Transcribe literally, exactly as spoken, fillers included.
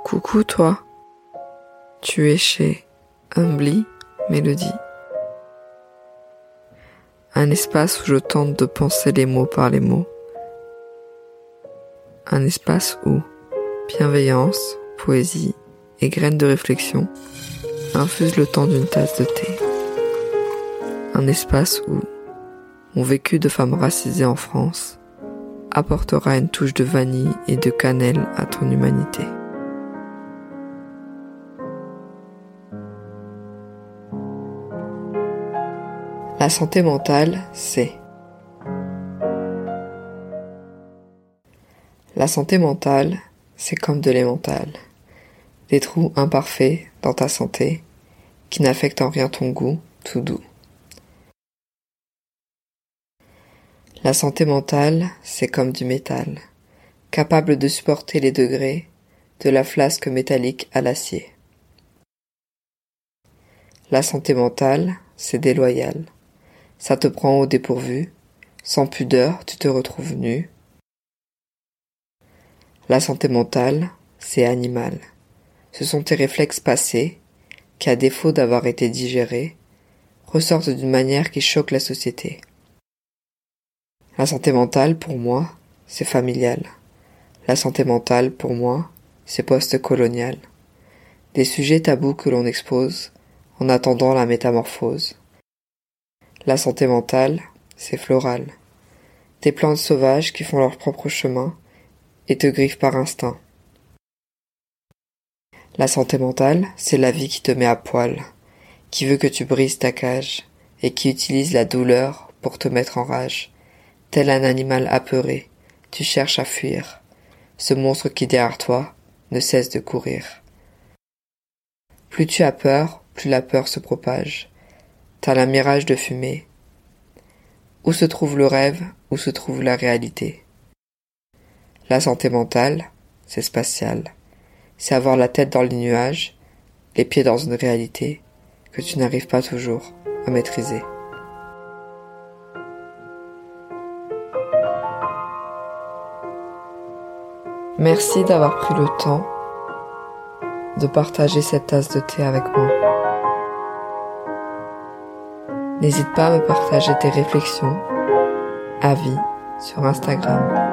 Coucou toi, tu es chez Humbly Mélodie. Un espace où je tente de penser les mots par les mots. Un espace où bienveillance, poésie et graines de réflexion infusent le temps d'une tasse de thé. Un espace où mon vécu de femme racisée en France apportera une touche de vanille et de cannelle à ton humanité. La santé mentale, c'est... La santé mentale, c'est comme de l'emmental. Des trous imparfaits dans ta santé qui n'affectent en rien ton goût tout doux. La santé mentale, c'est comme du métal, capable de supporter les degrés de la flasque métallique à l'acier. La santé mentale, c'est déloyal. Ça te prend au dépourvu, sans pudeur, tu te retrouves nu. La santé mentale, c'est animal. Ce sont tes réflexes passés, qui à défaut d'avoir été digérés, ressortent d'une manière qui choque la société. La santé mentale, pour moi, c'est familial. La santé mentale, pour moi, c'est post-colonial. Des sujets tabous que l'on expose, en attendant la métamorphose. La santé mentale, c'est floral. Des plantes sauvages qui font leur propre chemin et te griffent par instinct. La santé mentale, c'est la vie qui te met à poil, qui veut que tu brises ta cage et qui utilise la douleur pour te mettre en rage. Tel un animal apeuré, tu cherches à fuir. Ce monstre qui derrière toi ne cesse de courir. Plus tu as peur, plus la peur se propage. Tel un mirage de fumée. Où se trouve le rêve, où se trouve la réalité? La santé mentale, c'est spatial. C'est avoir la tête dans les nuages, les pieds dans une réalité que tu n'arrives pas toujours à maîtriser. Merci d'avoir pris le temps de partager cette tasse de thé avec moi. N'hésite pas à me partager tes réflexions, avis sur Instagram.